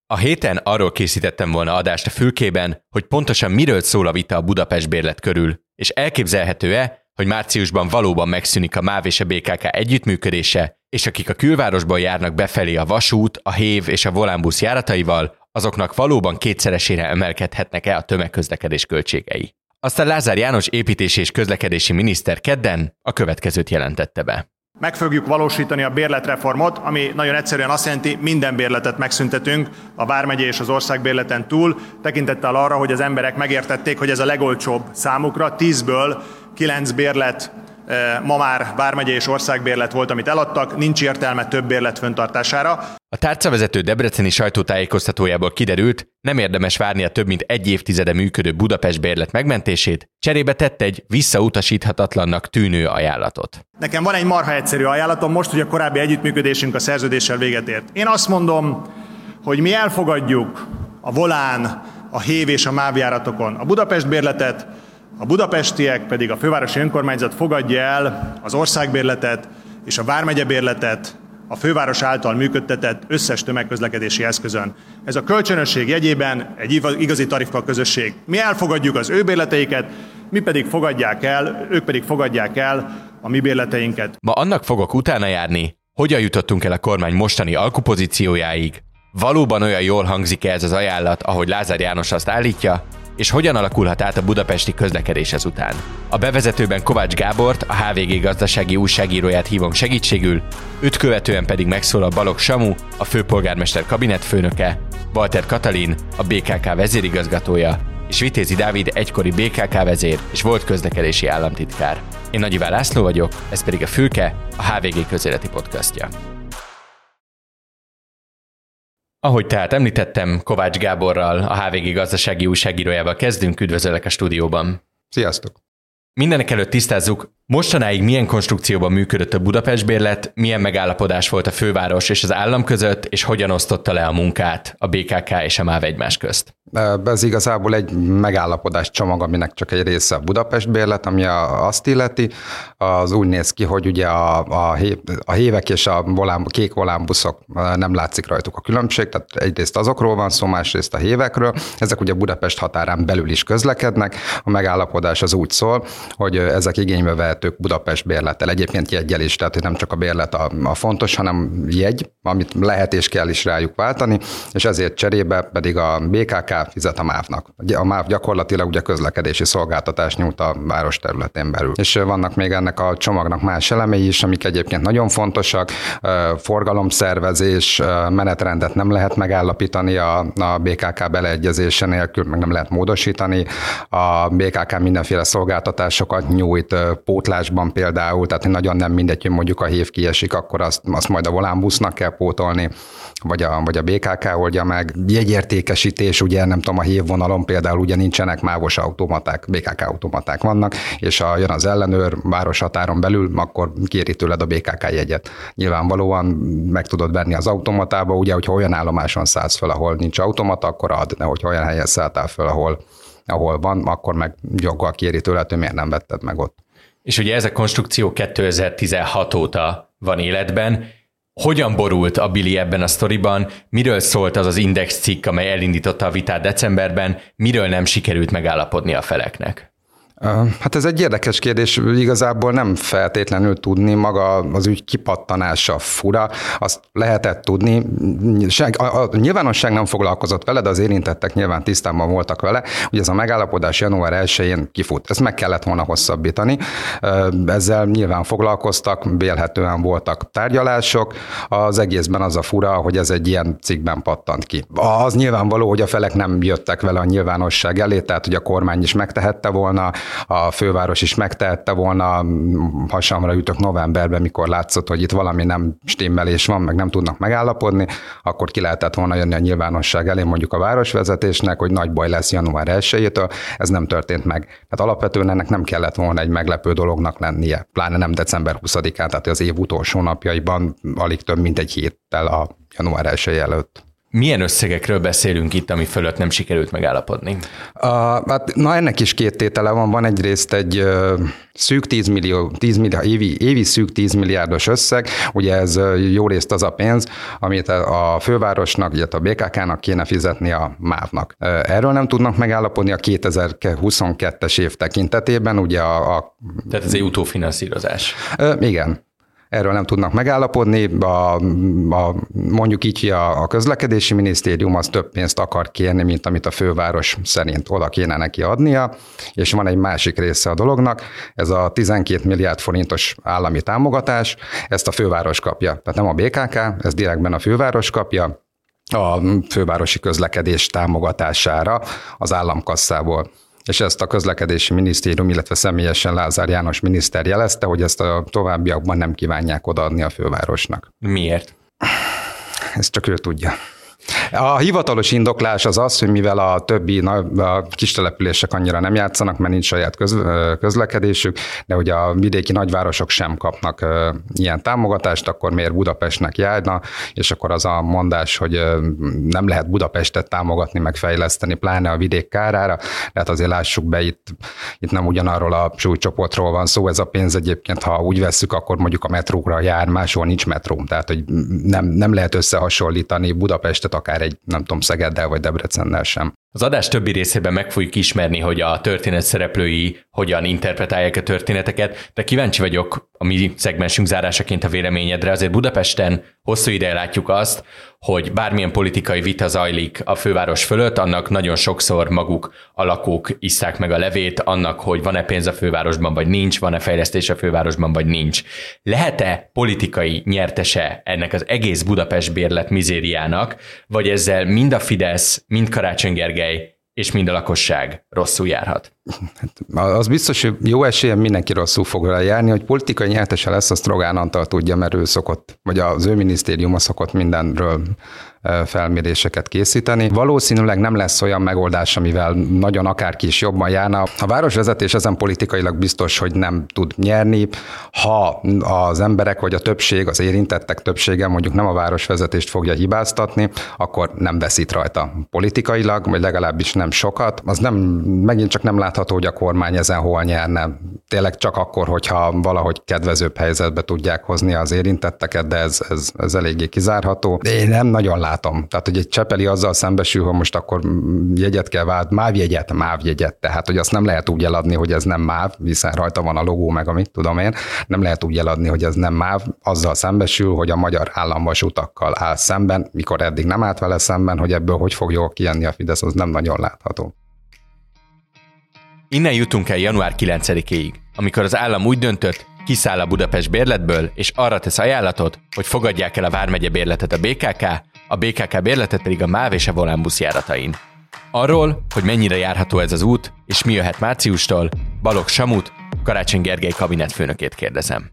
A héten arról készítettem volna adást a Fülkében, hogy pontosan miről szól a vita a Budapest bérlet körül, és elképzelhető-e, hogy márciusban valóban megszűnik a MÁV és a BKK együttműködése, és akik a külvárosból járnak befelé a vasút, a hév és a volánbusz járataival, azoknak valóban kétszeresére emelkedhetnek-e a tömegközlekedés költségei. Aztán Lázár János építési és közlekedési miniszter kedden a következőt jelentette be. Meg fogjuk valósítani a bérletreformot, ami nagyon egyszerűen azt jelenti, minden bérletet megszüntetünk a vármegyei és az országbérleten túl, tekintettel arra, hogy az emberek megértették, hogy ez a legolcsóbb számukra. 10-ből 9 bérlet ma már vármegyei és országbérlet volt, amit eladtak, nincs értelme több bérlet fenntartására. A tárcavezető debreceni sajtótájékoztatójából kiderült, nem érdemes várni a több mint egy évtizede működő Budapest bérlet megmentését, cserébe tett egy visszautasíthatatlannak tűnő ajánlatot. Nekem van egy marha egyszerű ajánlatom, most, hogy a korábbi együttműködésünk a szerződéssel véget ért. Én azt mondom, hogy mi elfogadjuk a volán, a hév és a MÁV járatokon a Budapest bérletet, a budapestiek pedig a fővárosi önkormányzat fogadja el az országbérletet és a vármegye bérletet a főváros által működtetett összes tömegközlekedési eszközön. Ez a kölcsönösség jegyében egy igazi tarifa közösség. Mi elfogadjuk az ő bérleteiket, ők pedig fogadják el a mi bérleteinket. Ma annak fogok utána járni, hogyan jutottunk el a kormány mostani alkupozíciójáig, valóban olyan jól hangzik-e ez az ajánlat, ahogy Lázár János azt állítja, és hogyan alakulhat át a budapesti közlekedés ezután. A bevezetőben Kovács Gábort, a HVG gazdasági újságíróját hívom segítségül, őt követően pedig megszólal Balogh Samu, a főpolgármester kabinetfőnöke, Walter Katalin, a BKK vezérigazgatója, és Vitézi Dávid egykori BKK vezér és volt közlekedési államtitkár. Én Nagy Iván László vagyok, ez pedig a Fülke, a HVG közéleti podcastja. Ahogy tehát említettem, Kovács Gáborral, a HVG gazdasági újságírójával kezdünk, üdvözöllek a stúdióban. Sziasztok! Mindenek előtt tisztázzuk, mostanáig milyen konstrukcióban működött a Budapest bérlet, milyen megállapodás volt a főváros és az állam között, és hogyan osztotta le a munkát a BKK és a MÁV egymás közt? Ez igazából egy megállapodás csomag, aminek csak egy része a Budapest bérlet, ami azt illeti. Az úgy néz ki, hogy ugye a hévek és a kék volánbuszok, nem látszik rajtuk a különbség, tehát egyrészt azokról van szó, másrészt a hévekről. Ezek ugye Budapest határán belül is közlekednek. A megállapodás az úgy szól, hogy ezek igénybe vehetők Budapest bérlettel. Egyébként jeggyel is, tehát nem csak a bérlet a fontos, hanem jegy, amit lehet és kell is rájuk váltani, és ezért cserébe pedig a BKK fizet a MÁV-nak. A MÁV gyakorlatilag ugye közlekedési szolgáltatást nyújt a város területén belül. És vannak még ennek a csomagnak más elemei is, amik egyébként nagyon fontosak. Forgalomszervezés, menetrendet nem lehet megállapítani a BKK beleegyezése nélkül, meg nem lehet módosítani. A BKK mindenféle szolgáltatásokat nyújt pótlásban például, tehát nagyon nem mindegy, hogy mondjuk a hév kiesik, akkor azt majd a volánbusznak kell pótolni, vagy a BKK oldja meg. Jegyértékesítés, ugye nem tudom, a hévvonalon például ugye nincsenek mávos automaták, BKK automaták vannak, és ha jön az ellenőr város határon belül, akkor kéri tőled a BKK jegyet. Nyilvánvalóan meg tudod venni az automatába, ugye, hogyha olyan állomáson szállsz fel, ahol nincs automata, akkor ad, de hogyha olyan helyen szálltál fel, ahol van, akkor meg joggal kéri tőled, hogy miért nem vetted meg ott. És ugye ez a konstrukció 2016 óta van életben. Hogyan borult a Bili ebben a sztoriban? Miről szólt az Index cikk, amely elindította a vitát decemberben? Miről nem sikerült megállapodni a feleknek? Hát ez egy érdekes kérdés, igazából nem feltétlenül tudni, maga az ügy kipattanása fura, azt lehetett tudni, a nyilvánosság nem foglalkozott vele, de az érintettek nyilván tisztában voltak vele, hogy ez a megállapodás január 1-én kifut. Ezt meg kellett volna hosszabbítani, ezzel nyilván foglalkoztak, vélhetően voltak tárgyalások, az egészben az a fura, hogy ez egy ilyen cikkben pattant ki. Az nyilvánvaló, hogy a felek nem jöttek vele a nyilvánosság elé, tehát hogy a kormány is megtehette volna, a főváros is megtehette volna, hasamra ütök novemberben, mikor látszott, hogy itt valami nem stimmelés van, meg nem tudnak megállapodni, akkor ki lehetett volna jönni a nyilvánosság elé, mondjuk a városvezetésnek, hogy nagy baj lesz január 1-től, ez nem történt meg. Tehát alapvetően ennek nem kellett volna egy meglepő dolognak lennie, pláne nem december 20-án, tehát az év utolsó napjaiban alig több mint egy héttel a január 1 előtt. Milyen összegekről beszélünk itt, ami fölött nem sikerült megállapodni? Ennek is két tétele van. Van egyrészt egy szűk 10 millió évi szűk 10 milliárdos összeg, ugye ez jó részt az a pénz, amit a fővárosnak, illetve a BKK-nak kéne fizetni a MÁV-nak. Erről nem tudnak megállapodni a 2022-es év tekintetében, ugye Tehát ez egy utófinanszírozás. Igen. Erről nem tudnak megállapodni, mondjuk így, a közlekedési minisztérium az több pénzt akar kérni, mint amit a főváros szerint oda kéne neki adnia, és van egy másik része a dolognak, ez a 12 milliárd forintos állami támogatás, ezt a főváros kapja, tehát nem a BKK, ez direktben a főváros kapja, a fővárosi közlekedés támogatására az államkasszából. És ezt a közlekedési minisztérium, illetve személyesen Lázár János miniszter jelezte, hogy ezt a továbbiakban nem kívánják odaadni a fővárosnak. Miért? Ezt csak ő tudja. A hivatalos indoklás az az, hogy mivel a többi a kis települések annyira nem játszanak, mert nincs saját közlekedésük, de hogy a vidéki nagyvárosok sem kapnak ilyen támogatást, akkor miért Budapestnek járna, és akkor az a mondás, hogy nem lehet Budapestet támogatni, meg fejleszteni, pláne a vidék kárára, tehát azért lássuk be, itt nem ugyanarról a súlycsoportról van szó, ez a pénz egyébként, ha úgy vesszük, akkor mondjuk a metrókra jár, máshol nincs metró, tehát hogy nem lehet összehasonlítani Budapestet akár egy, nem tudom, Szegeddel vagy Debrecennel sem. Az adás többi részében meg fogjuk ismerni, hogy a történet szereplői hogyan interpretálják a történeteket, de kíváncsi vagyok a mi szegmensünk zárásaként a véleményedre. Azért Budapesten hosszú ideje látjuk azt, hogy bármilyen politikai vita zajlik a főváros fölött, annak nagyon sokszor maguk a lakók isszák meg a levét, annak, hogy van-e pénz a fővárosban, vagy nincs, van-e fejlesztés a fővárosban, vagy nincs. Lehet-e politikai nyertese ennek az egész Budapest bérlet mizériának, vagy ezzel mind a Fidesz, mind Karácsony Gergely és mind a lakosság rosszul járhat? Az biztos, hogy jó esélyen mindenki rosszul fog vele járni, hogy politikai nyertese lesz, azt Rogán Antal tudja, mert ő szokott, vagy az ő minisztériuma szokott mindenről felméréseket készíteni. Valószínűleg nem lesz olyan megoldás, amivel nagyon akárki is jobban járna. A városvezetés ezen politikailag biztos, hogy nem tud nyerni. Ha az emberek vagy a többség, az érintettek többsége mondjuk nem a városvezetést fogja hibáztatni, akkor nem veszít rajta politikailag, vagy legalábbis nem sokat. Az megint csak nem látható, hogy a kormány ezen hol nyerne. Tényleg csak akkor, hogyha valahogy kedvezőbb helyzetbe tudják hozni az érintetteket, de ez eléggé kizárható. De én nem nagyon látom. Tehát, hogy egy Csepeli azzal szembesül, hogy most akkor jegyet kell vált, MÁV jegyet, tehát, hogy azt nem lehet úgy eladni, hogy ez nem MÁV, hiszen rajta van a logó, meg amit tudom én, nem lehet úgy eladni, hogy ez nem MÁV, azzal szembesül, hogy a magyar államvasutakkal áll szemben, mikor eddig nem állt vele szemben, hogy ebből hogy fog jól kijönni a Fidesz, az nem nagyon látható. Innen jutunk el január 9-ig, amikor az állam úgy döntött, kiszáll a Budapest bérletből, és arra tesz ajánlatot, hogy fogadják el a Vármegye bérletet a BKK, a BKK bérletet pedig a MÁV és a Volánbusz járatain. Arról, hogy mennyire járható ez az út, és mi jöhet márciustól, Balogh Samut, Karácsony Gergely kabinetfőnökét kérdezem.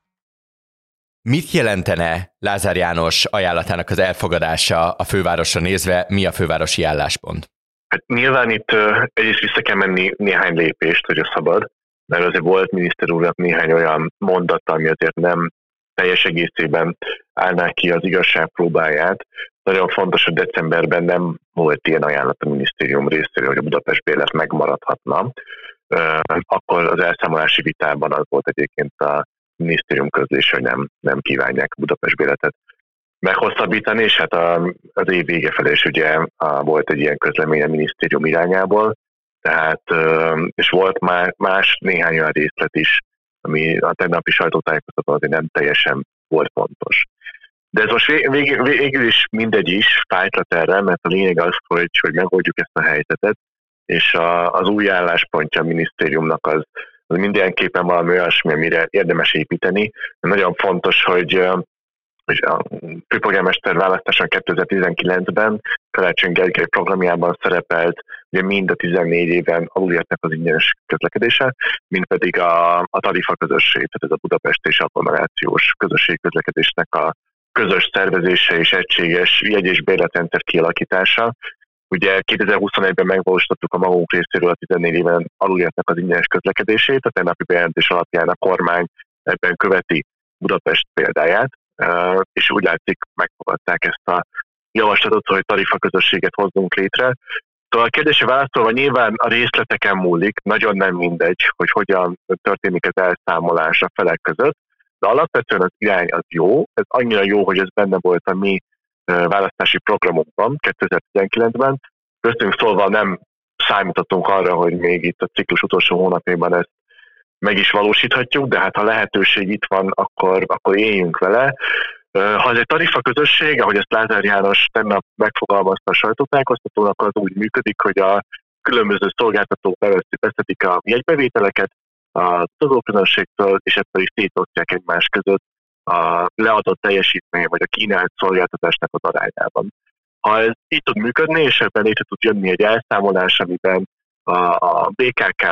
Mit jelentene Lázár János ajánlatának az elfogadása a fővárosra nézve, mi a fővárosi álláspont? Hát nyilván itt egyrészt vissza kell menni néhány lépést, hogy a szabad, mert azért volt miniszter úrnak néhány olyan mondata, ami azért nem teljes egészében állná ki az igazság próbáját. Nagyon fontos, hogy decemberben nem volt ilyen ajánlat a minisztérium részéről, hogy a Budapest bérlet megmaradhatna. Akkor az elszámolási vitában az volt egyébként a minisztérium közlése, hogy nem kívánják Budapest bérletet meghosszabbítani, és hát az év vége felé is ugye volt egy ilyen közlemény a minisztérium irányából, tehát, és volt már néhány olyan részlet is, ami a tegnapi sajtótájékoztatón azért nem teljesen volt fontos. De ez most végül is mindegy is fájtlat erre, mert a lényeg az, hogy megoldjuk ezt a helyzetet, és az új álláspontja a minisztériumnak az mindenképpen valami olyasmi, amire érdemes építeni. Nagyon fontos, hogy a főpolgármester választáson 2019-ben Karácsony Gergely programjában szerepelt ugye mind a 14 éven alulértnek az ingyenes közlekedése, mind pedig a tarifa közösség, tehát ez a Budapest és agglomerációs közösségközlekedésnek a közös szervezése és egységes jegy- és bérletrendszer kialakítása. Ugye 2021-ben megvalósítottuk a magunk részéről a 14 éven alulértnek az ingyenes közlekedését, a tegnapi bejelentés alapján a kormány ebben követi Budapest példáját, és úgy látszik, megfogadták ezt a javaslatot, hogy tarifaközösséget hozzunk létre. Szóval a kérdésre válaszolva nyilván a részleteken múlik, nagyon nem mindegy, hogy hogyan történik az elszámolás a felek között, de alapvetően az irány az jó, ez annyira jó, hogy ez benne volt a mi választási programunkban 2019-ben. Köztünk szólva nem számítottunk arra, hogy még itt a ciklus utolsó hónapjában ezt meg is valósíthatjuk, de hát ha lehetőség itt van, akkor éljünk vele. Ha ez egy tarifaközösség, ahogy ezt Lázár János tegnap megfogalmazta a sajtótájékoztatón, akkor az úgy működik, hogy a különböző szolgáltatók beszedik a jegybevételeket a utazóközönségtől, és ezt pedig szétosztják egymás között a leadott teljesítmény vagy a kínált szolgáltatásnak az arányában. Ha ez így tud működni, és ebben létre tud jönni egy elszámolás, amiben a BKK,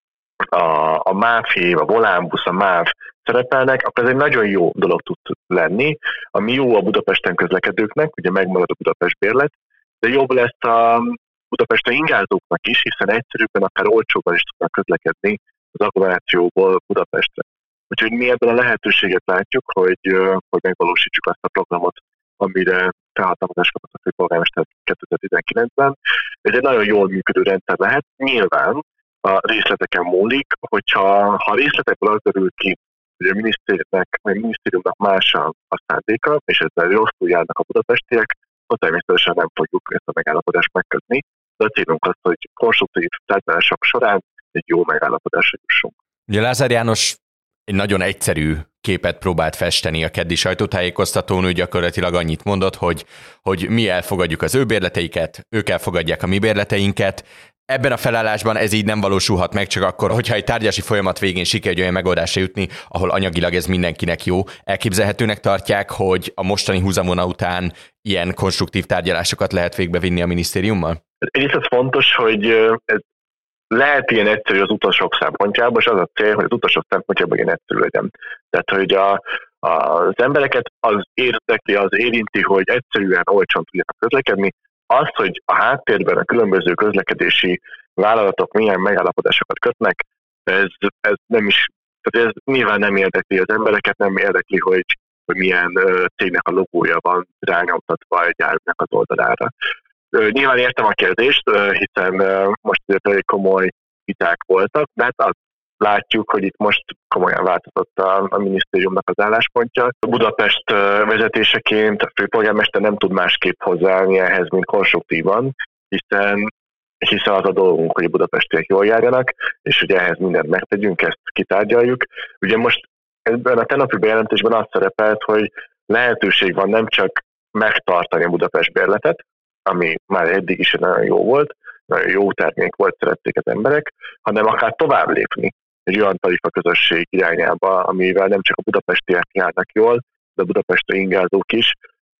a MÁV, a Volánbusz, a MÁV szerepelnek, akkor ez egy nagyon jó dolog tud lenni, ami jó a Budapesten közlekedőknek, ugye megmarad a Budapest bérlet, de jobb lesz a Budapesten ingázóknak is, hiszen egyszerűbben akár olcsóban is tudnak közlekedni az agglomerációból Budapestre. Úgyhogy mi ebben a lehetőséget látjuk, hogy megvalósítsuk azt a programot, amire felhatalmazást kapott a főpolgármester 2019-ben. Ez egy nagyon jól működő rendszer lehet. Nyilván a részleteken múlik, hogyha a részletekből az derül ki, hogy a minisztériumnak más a szándéka, és ezzel rosszul járnak a budapestiek, akkor természetesen nem fogjuk ezt a megállapodást megkötni, de a célunk az, hogy konstruktív tárgyalások során egy jó megállapodásra jussunk. Ugye Lázár János egy nagyon egyszerű képet próbált festeni a keddi sajtótájékoztatón, ő gyakorlatilag annyit mondott, hogy mi elfogadjuk az ő bérleteiket, ők elfogadják a mi bérleteinket. Ebben a felállásban ez így nem valósulhat meg, csak akkor, hogyha egy tárgyalási folyamat végén sikerül olyan megoldásra jutni, ahol anyagilag ez mindenkinek jó. Elképzelhetőnek tartják, hogy a mostani húzamvonal után ilyen konstruktív tárgyalásokat lehet végbevinni a minisztériummal? Egyrészt ez fontos, hogy ez lehet ilyen egyszerű az utasok szempontjából, és az a cél, hogy az utasok szempontjából ilyen egyszerű legyen. Tehát, hogy az embereket az érdekli, az érinti, hogy egyszerűen, olcsón tudjanak közlekedni. Az, hogy a háttérben a különböző közlekedési vállalatok milyen megállapodásokat kötnek, ez nem is, tehát ez nyilván nem érdekli az embereket, nem érdekli, hogy milyen cégnek a logója van rányomtatva egy járműnek az oldalára. Nyilván értem a kérdést, hiszen most elég komoly viták voltak, de hát azt látjuk, hogy itt most komolyan változott a minisztériumnak az álláspontja. A Budapest vezetéseként a főpolgármester nem tud másképp hozzáállni ehhez, mint konstruktívan, hiszen az a dolgunk, hogy a budapestiek jól járjanak, és hogy ehhez mindent megtegyünk, ezt kitárgyaljuk. Ugye most ebben a tegnapi bejelentésben az szerepelt, hogy lehetőség van nem csak megtartani a Budapest bérletet, ami már eddig is nagyon jó volt, nagyon jó termék volt, szerették az emberek, hanem akár tovább lépni egy olyan tarifaközösség irányába, amivel nem csak a budapestiek járnak jól, de a budapesti ingázók is.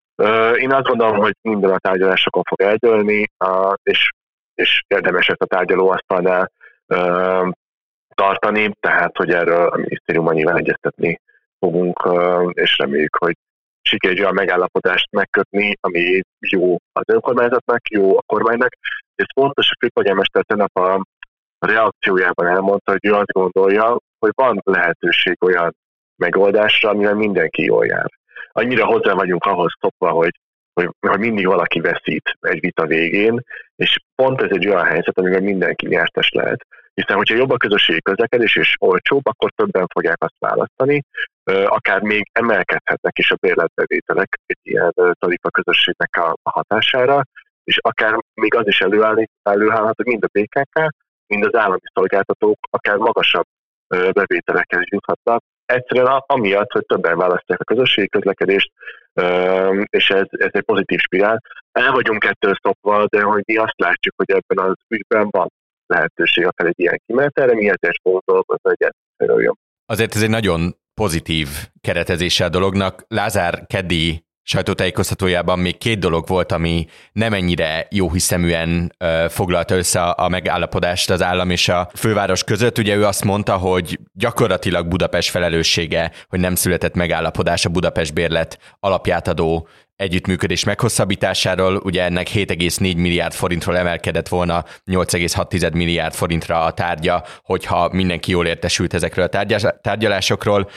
Én azt gondolom, hogy minden a tárgyalásokon fog eldőlni, és érdemes ezt a tárgyalóasztalnál tartani, tehát hogy erről a minisztériumban nyilván egyeztetni fogunk, és reméljük, hogy sikerül egy olyan megállapodást megkötni, ami jó az önkormányzatnak, jó a kormánynak. Ez fontos, a főpolgármester tegnap a reakciójában elmondta, hogy ő azt gondolja, hogy van lehetőség olyan megoldásra, amivel mindenki jól jár. Annyira hozzá vagyunk ahhoz szokva, hogy mindig valaki veszít egy vita végén, és pont ez egy olyan helyzet, amivel mindenki nyertes lehet. Hiszen, hogyha jobb a közösségi közlekedés és olcsóbb, akkor többen fogják azt választani, akár még emelkedhetnek is a bérletbevételek egy ilyen tarifa közösségnek a hatására, és akár még az is előállhat, hogy mind a BKK, mind az állami szolgáltatók akár magasabb bevételekhez juthatnak. Egyszerűen amiatt, hogy többen választják a közösségi közlekedést, és ez egy pozitív spirál. El vagyunk ettől szokva, de hogy mi azt látjuk, hogy ebben az ügyben van lehetőség akár egy ilyen kimenetelre, mi ezért fogunk dolgozni, hogy ez Azért ez egy nagyon pozitív keretezése a dolognak. Lázár keddi sajtótájékoztatójában még 2 dolog volt, ami nem ennyire jóhiszeműen foglalta össze a megállapodást az állam és a főváros között. Ugye ő azt mondta, hogy gyakorlatilag Budapest felelőssége, hogy nem született megállapodás a Budapest bérlet alapját adó együttműködés meghosszabbításáról. Ugye ennek 7,4 milliárd forintról emelkedett volna 8,6 milliárd forintra a tárgya, hogyha mindenki jól értesült ezekről a tárgyalásokról.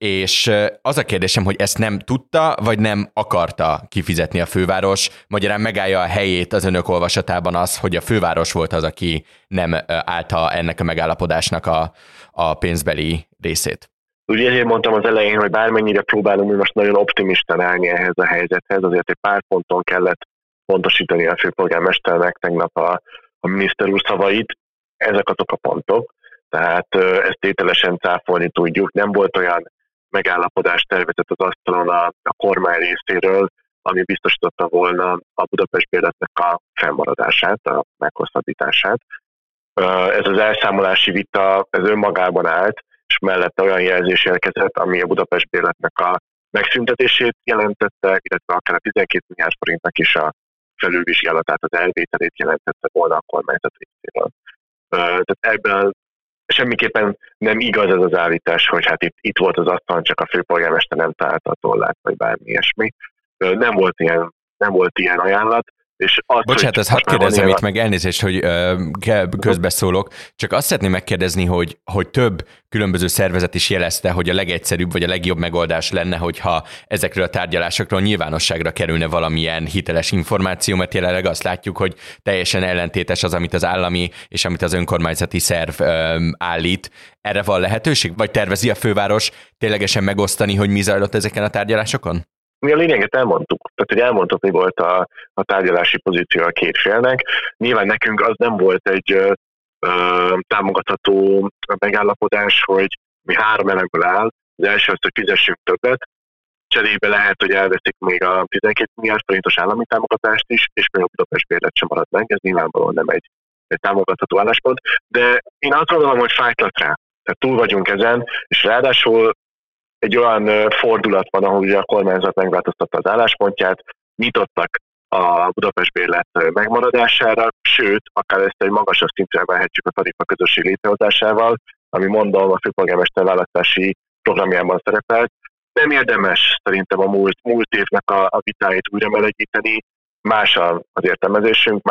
és az a kérdésem, hogy ezt nem tudta, vagy nem akarta kifizetni a főváros, magyarán megállja a helyét az önök olvasatában az, hogy a főváros volt az, aki nem állta ennek a megállapodásnak a pénzbeli részét. Ugye ezért mondtam az elején, hogy bármennyire próbálunk most nagyon optimistán állni ehhez a helyzethez, azért egy pár ponton kellett pontosítani a főpolgármesternek tegnap a miniszter úr szavait. Ezek azok a pontok, tehát ezt tételesen cáfolni tudjuk. Nem volt olyan megállapodás tervezett az asztalon a kormány részéről, ami biztosította volna a Budapest bérletnek a fennmaradását, a meghosszabbítását. Ez az elszámolási vita, ez önmagában állt, és mellette olyan jelzés érkezett, ami a Budapest bérletnek a megszüntetését jelentette, illetve akár a 12 milliárd forintnak is a felülvizsgálatát, az elvételét jelentette volna a kormányzat részéről. Tehát ebben semmiképpen nem igaz ez az állítás, hogy hát itt volt az asztalon, csak a főpolgármester nem találta a tollát, vagy bármi ilyesmi. Nem volt ilyen ajánlat. És bocsánat, ezt hadd kérdezzem itt meg, elnézést, hogy közbeszólok, csak azt szeretném megkérdezni, hogy több különböző szervezet is jelezte, hogy a legegyszerűbb vagy a legjobb megoldás lenne, hogyha ezekről a tárgyalásokról nyilvánosságra kerülne valamilyen hiteles információ, mert jelenleg azt látjuk, hogy teljesen ellentétes az, amit az állami és amit az önkormányzati szerv állít. Erre van lehetőség? Vagy tervezi a főváros ténylegesen megosztani, hogy mi zajlott ezeken a tárgyalásokon? Mi a lényeget elmondtuk. Tehát, hogy elmondtuk, mi volt a tárgyalási pozíció a két félnek. Nyilván nekünk az nem volt egy támogatható megállapodás, hogy mi 3 elemből áll. Az első az, hogy fizessünk többet, cserébe lehet, hogy elveszik még a 12 milliárd forintos állami támogatást is, és még a Budapest bérlet sem marad meg. Ez nyilvánvalóan nem egy támogatható álláspont. De én azt gondolom, hogy fájtlat rá. Tehát túl vagyunk ezen, és ráadásul egy olyan fordulat van, ahol ugye a kormányzat megváltoztatta az álláspontját, nyitottak a Budapest bérlet megmaradására, sőt, akár ezt egy magasabb szintre emelhetjük a tarifa közösség létrehozásával, ami mondom a főpolgármester választási programjában szerepelt. Nem érdemes szerintem a múlt évnek a vitáit újra melegíteni, más az értelmezésünk,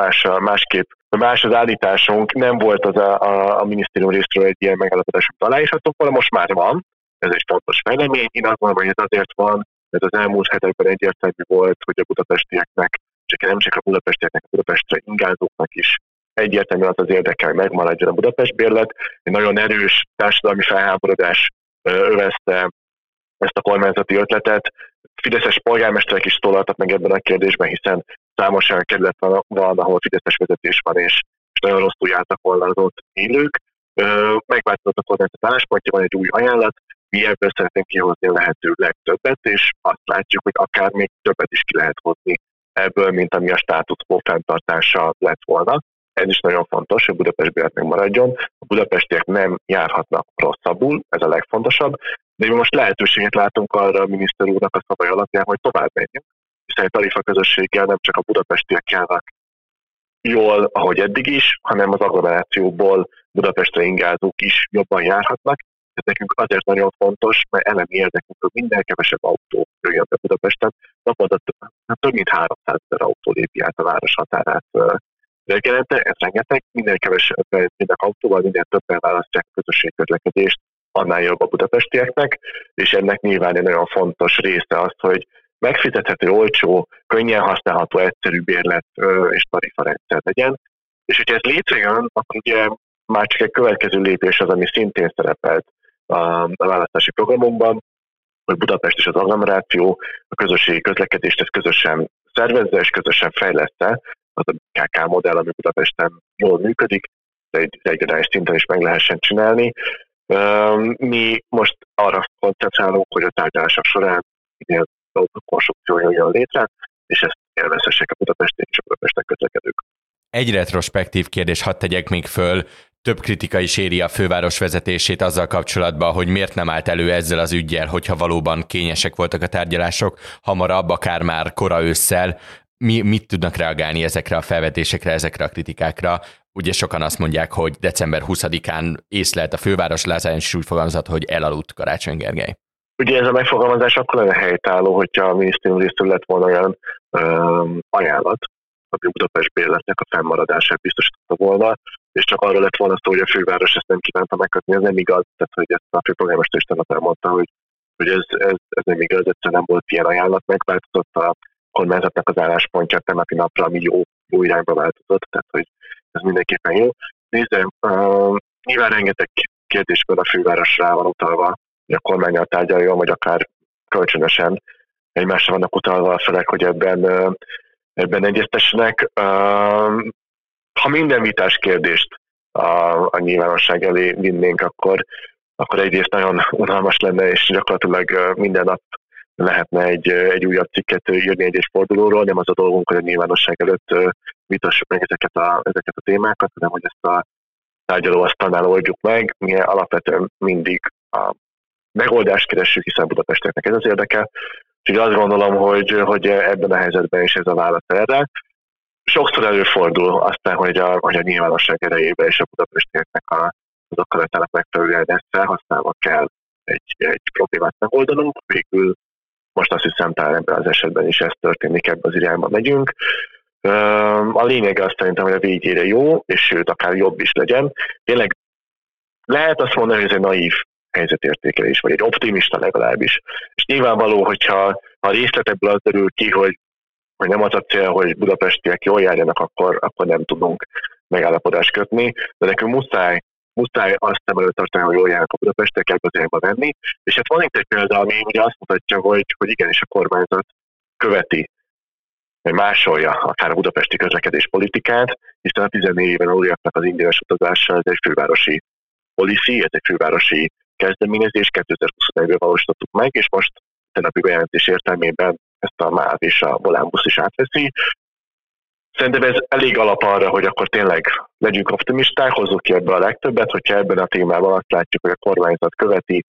más az állításunk, nem volt az a minisztérium részről egy ilyen megállapodás, amit aláírhatunk volna, most már van. Ez egy fontos fejlemény. Én azt mondom, hogy ez azért van, mert az elmúlt hetekben egyértelmű volt, hogy a budapestieknek, nem csak a budapestieknek, a Budapestre ingázóknak is egyértelmű az érdeke, hogy megmaradjon a Budapest bérlet. Egy nagyon erős társadalmi felháborodás övezte ezt a kormányzati ötletet. Fideszes polgármesterek is szólaltak meg ebben a kérdésben, hiszen számos olyan kerület van, ahol fideszes vezetés van, és nagyon rosszul jártak volna az ott élők. Megváltozott a kormányzat álláspontja, van egy új ajánlat, mi ebből szeretnénk kihozni a lehető legtöbbet, és azt látjuk, hogy akár még többet is ki lehet hozni ebből, mint ami a status quo fenntartása lett volna. Ez is nagyon fontos, hogy Budapest bérlet megmaradjon. A budapestiek nem járhatnak rosszabbul, ez a legfontosabb, de mi most lehetőséget látunk arra a miniszter úrnak a szavai alapján, hogy tovább menjünk, hiszen a tarifa közösséggel nem csak a budapestiek járnak jól, ahogy eddig is, hanem az agglomerációból Budapestre ingázók is jobban járhatnak. Ez nekünk azért nagyon fontos, mert elemi érdekünk, hogy minden kevesebb autó jöjjön be Budapesten. Naponta több mint 300 000 autó lépi át a város határát reggelente, ez rengeteg, minél kevesebb jönnek autóval, minél többen választják a közösségközlekedést, annál jobb a budapestieknek, és ennek nyilván egy nagyon fontos része az, hogy megfizethető, olcsó, könnyen használható, egyszerű bérlet és tarifarendszer legyen. És hogyha ez létrejön, akkor ugye már csak egy következő lépés az, ami szintén szerepelt a választási programunkban, hogy Budapest és az agglomeráció a közösségi közlekedést ezt közösen szervezze és közösen fejleszte. Az a KK modell, ami Budapesten jól működik, egy regionális szinten is meg lehessen csinálni. Mi most arra koncentrálunk, hogy a tárgyalások során minél a konstrukció jön létre, és ezt élvezhessék a budapestiek és a Budapesten közlekedők. Egy retrospektív kérdés hadd tegyek még föl. Több kritika is éri a főváros vezetését azzal kapcsolatban, hogy miért nem állt elő ezzel az üggyel, hogyha valóban kényesek voltak a tárgyalások, hamarabb, akár már kora ősszel. Mit tudnak reagálni ezekre a felvetésekre, ezekre a kritikákra? Ugye sokan azt mondják, hogy december 20-án észlelt a főváros, Lázár János is úgy fogalmazott, hogy elaludt Karácsony Gergely. Ugye ez a megfogalmazás akkor lenne helytálló, hogyha a minisztérium részről lett volna olyan ajánlat, ami a Budapest bérletnek a fennmaradását biztosította volna, és csak arról lett volna szó, hogy a főváros ezt nem kívánta megkötni, ez nem igaz, tehát hogy ezt a főpolgármester is tegnap elmondta, hogy hogy ez nem igaz, egyszerűen nem volt ilyen ajánlat, megváltozott a kormányzatnak az álláspontja tegnapi napra, ami jó irányba változott, tehát hogy ez mindenképpen jó. Nézd, nyilván rengeteg kérdésből a fővárosra van utalva, hogy a kormánnyal tárgyaljon, vagy akár kölcsönösen egymásra vannak utalva a felek, hogy ebben egyeztessenek. Ha minden vitás kérdést a nyilvánosság elé vinnénk, akkor egyrészt nagyon unalmas lenne, és gyakorlatilag minden nap lehetne egy újabb cikket írni egy fordulóról, nem az a dolgunk, hogy a nyilvánosság előtt vitassuk meg ezeket a témákat, hanem hogy ezt a tárgyalóasztalnál oldjuk meg. Mi alapvetően mindig a megoldást keressük, hiszen Budapesteknek ez az érdeke. Úgyhogy azt gondolom, hogy ebben a helyzetben is ez a válasz erre. Sokszor előfordul aztán, hogy a nyilvánosság erejébe és a budapestieknek az akaratának megfelelően ezt felhasználva kell egy problémát megoldanunk. Végül most azt hiszem, talán ebben az esetben is ez történik, ebben az irányba megyünk. A lényeg azt szerintem, hogy a végére jó, és sőt, akár jobb is legyen. Tényleg lehet azt mondani, hogy ez egy naív helyzetértékelés, vagy egy optimista legalábbis. És nyilvánvaló, hogyha a részletekből az derül ki, hogy nem az a cél, hogy budapestiek jól járjanak, akkor nem tudunk megállapodást kötni, de nekünk muszáj azt szem előtt tartani, hogy jól járnak a budapestiek, ebbe az irányba venni. És hát van itt egy példa, ami ugye azt mutatja, hogy igenis a kormányzat követi, vagy másolja akár a budapesti közlekedés politikát, hiszen a 14 éven aluljaknak az ingyenes utazása, ez egy fővárosi policy, ez egy fővárosi kezdeményezés, 2021-ben valósítottuk meg, és most tegnapi bejelentés értelmében ezt a MÁV és a Volánbusz is átveszi. Szerintem ez elég alap arra, hogy akkor tényleg legyünk optimisták, hozzuk ki ebből a legtöbbet, hogyha ebben a témában azt látjuk, hogy a kormányzat követi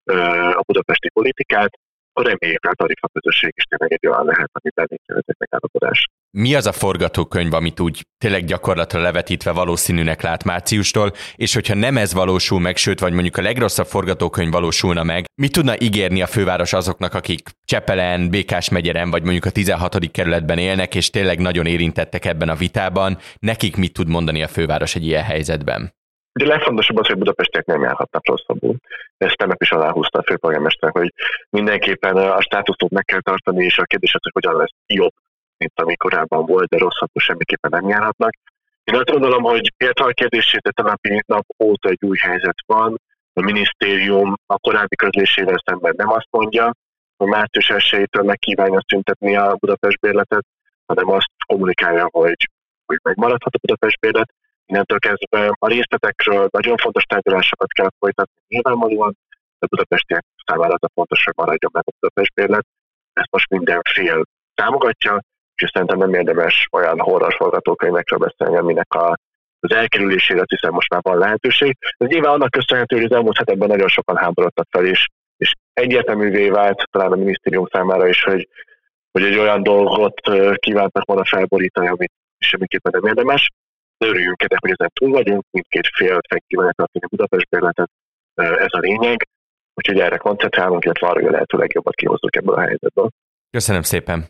a budapesti politikát, akkor reméljük, hogy a tarifaközösség is tényleg egy olyan lehet, amiben nincs egy megállapodás. Mi az a forgatókönyv, amit úgy tényleg gyakorlatra levetítve valószínűnek lát márciustól, és hogyha nem ez valósul meg, sőt, vagy mondjuk a legrosszabb forgatókönyv valósulna meg, mit tudna ígérni a főváros azoknak, akik Csepelen, Békásmegyeren, vagy mondjuk a 16. kerületben élnek, és tényleg nagyon érintettek ebben a vitában, nekik mit tud mondani a főváros egy ilyen helyzetben? Ugye a legfontosabb az, hogy budapestiek nem járhatnak rosszabbul. Ezt tegnap is aláhúzta a főpolgármester, hogy mindenképpen a státuszot meg kell tartani, és a kérdés az, hogy hogyan lesz jobb, mint ami korábban volt, de rosszabbul semmiképpen nem járhatnak. Én azt gondolom, hogy értem a kérdését, de tegnapi nap óta egy új helyzet van. A minisztérium a korábbi közlésével szemben nem azt mondja, hogy március 1-től meg kívánja szüntetni a Budapest bérletet, hanem azt kommunikálja, hogy megmaradhat a Budapest bérlet. Innentől kezdve a részletekről nagyon fontos tárgyalásokat kell folytatni nyilvánvalóan, de budapestiek számára az a fontos, hogy maradjon meg a Budapest bérlet. Ezt most minden fél támogatja, és szerintem nem érdemes olyan horror forgatókönyvekről beszélni, aminek az elkerülésére hiszen most már van lehetőség. Ez nyilván annak köszönhető, hogy az elmúlt hetekben nagyon sokan háborodtak fel, és egyértelművé vált talán a minisztérium számára is, hogy egy olyan dolgot kívántak volna felborítani, amit semmiképpen nem érdemes. De örüljünk ennek, hogy ezen túl vagyunk, mindkét fél fenn kívánja tartani a Budapest bérletet, ez a lényeg, úgyhogy erre koncentrálunk, illetve arra, hogy a lehető legjobbat kihozzuk ebből a helyzetből. Köszönöm szépen!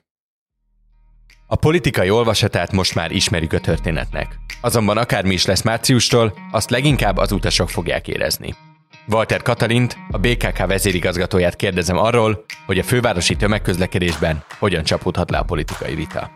A politikai olvasatát most már ismerjük a történetnek. Azonban akármi is lesz márciustól, azt leginkább az utasok fogják érezni. Walter Katalint, a BKK vezérigazgatóját kérdezem arról, hogy a fővárosi tömegközlekedésben hogyan csapódhat le a politikai vita.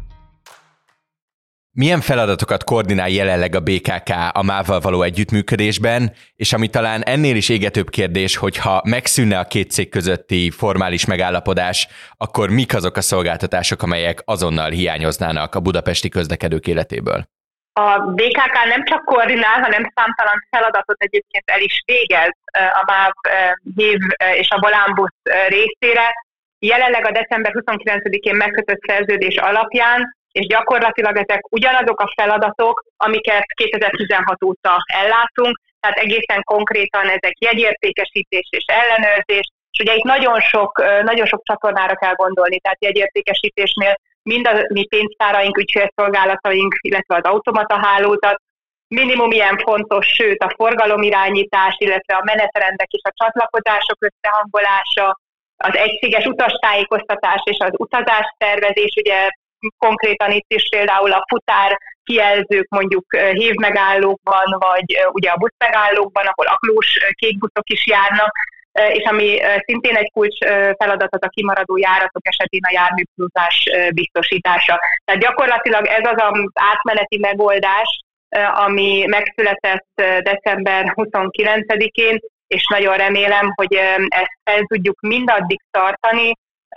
Milyen feladatokat koordinál jelenleg a BKK a MÁV-val való együttműködésben, és ami talán ennél is égetőbb kérdés, hogyha megszűnne a két cég közötti formális megállapodás, akkor mik azok a szolgáltatások, amelyek azonnal hiányoznának a budapesti közlekedők életéből? A BKK nem csak koordinál, hanem számtalan feladatot egyébként el is végez a MÁV, HÍV és a Volánbusz részére. Jelenleg a december 29-én megkötött szerződés alapján, és gyakorlatilag ezek ugyanazok a feladatok, amiket 2016 óta ellátunk, tehát egészen konkrétan ezek jegyértékesítés és ellenőrzés, és ugye itt nagyon sok csatornára kell gondolni, tehát jegyértékesítésnél mind a mi pénztáraink, ügyfélszolgálataink, illetve az automata hálózat, minimum ilyen fontos, sőt a forgalomirányítás, illetve a menetrendek és a csatlakozások összehangolása, az egységes utastájékoztatás és az utazástervezés, ugye konkrétan itt is például a futár kijelzők mondjuk hívmegállókban, vagy ugye a buszmegállókban, ahol aklós kék buszok is járnak, és ami szintén egy kulcs feladat, az a kimaradó járatok esetén a járműpluszás biztosítása. Tehát gyakorlatilag ez az az átmeneti megoldás, ami megszületett december 29-én, és nagyon remélem, hogy ezt fel tudjuk mindaddig tartani,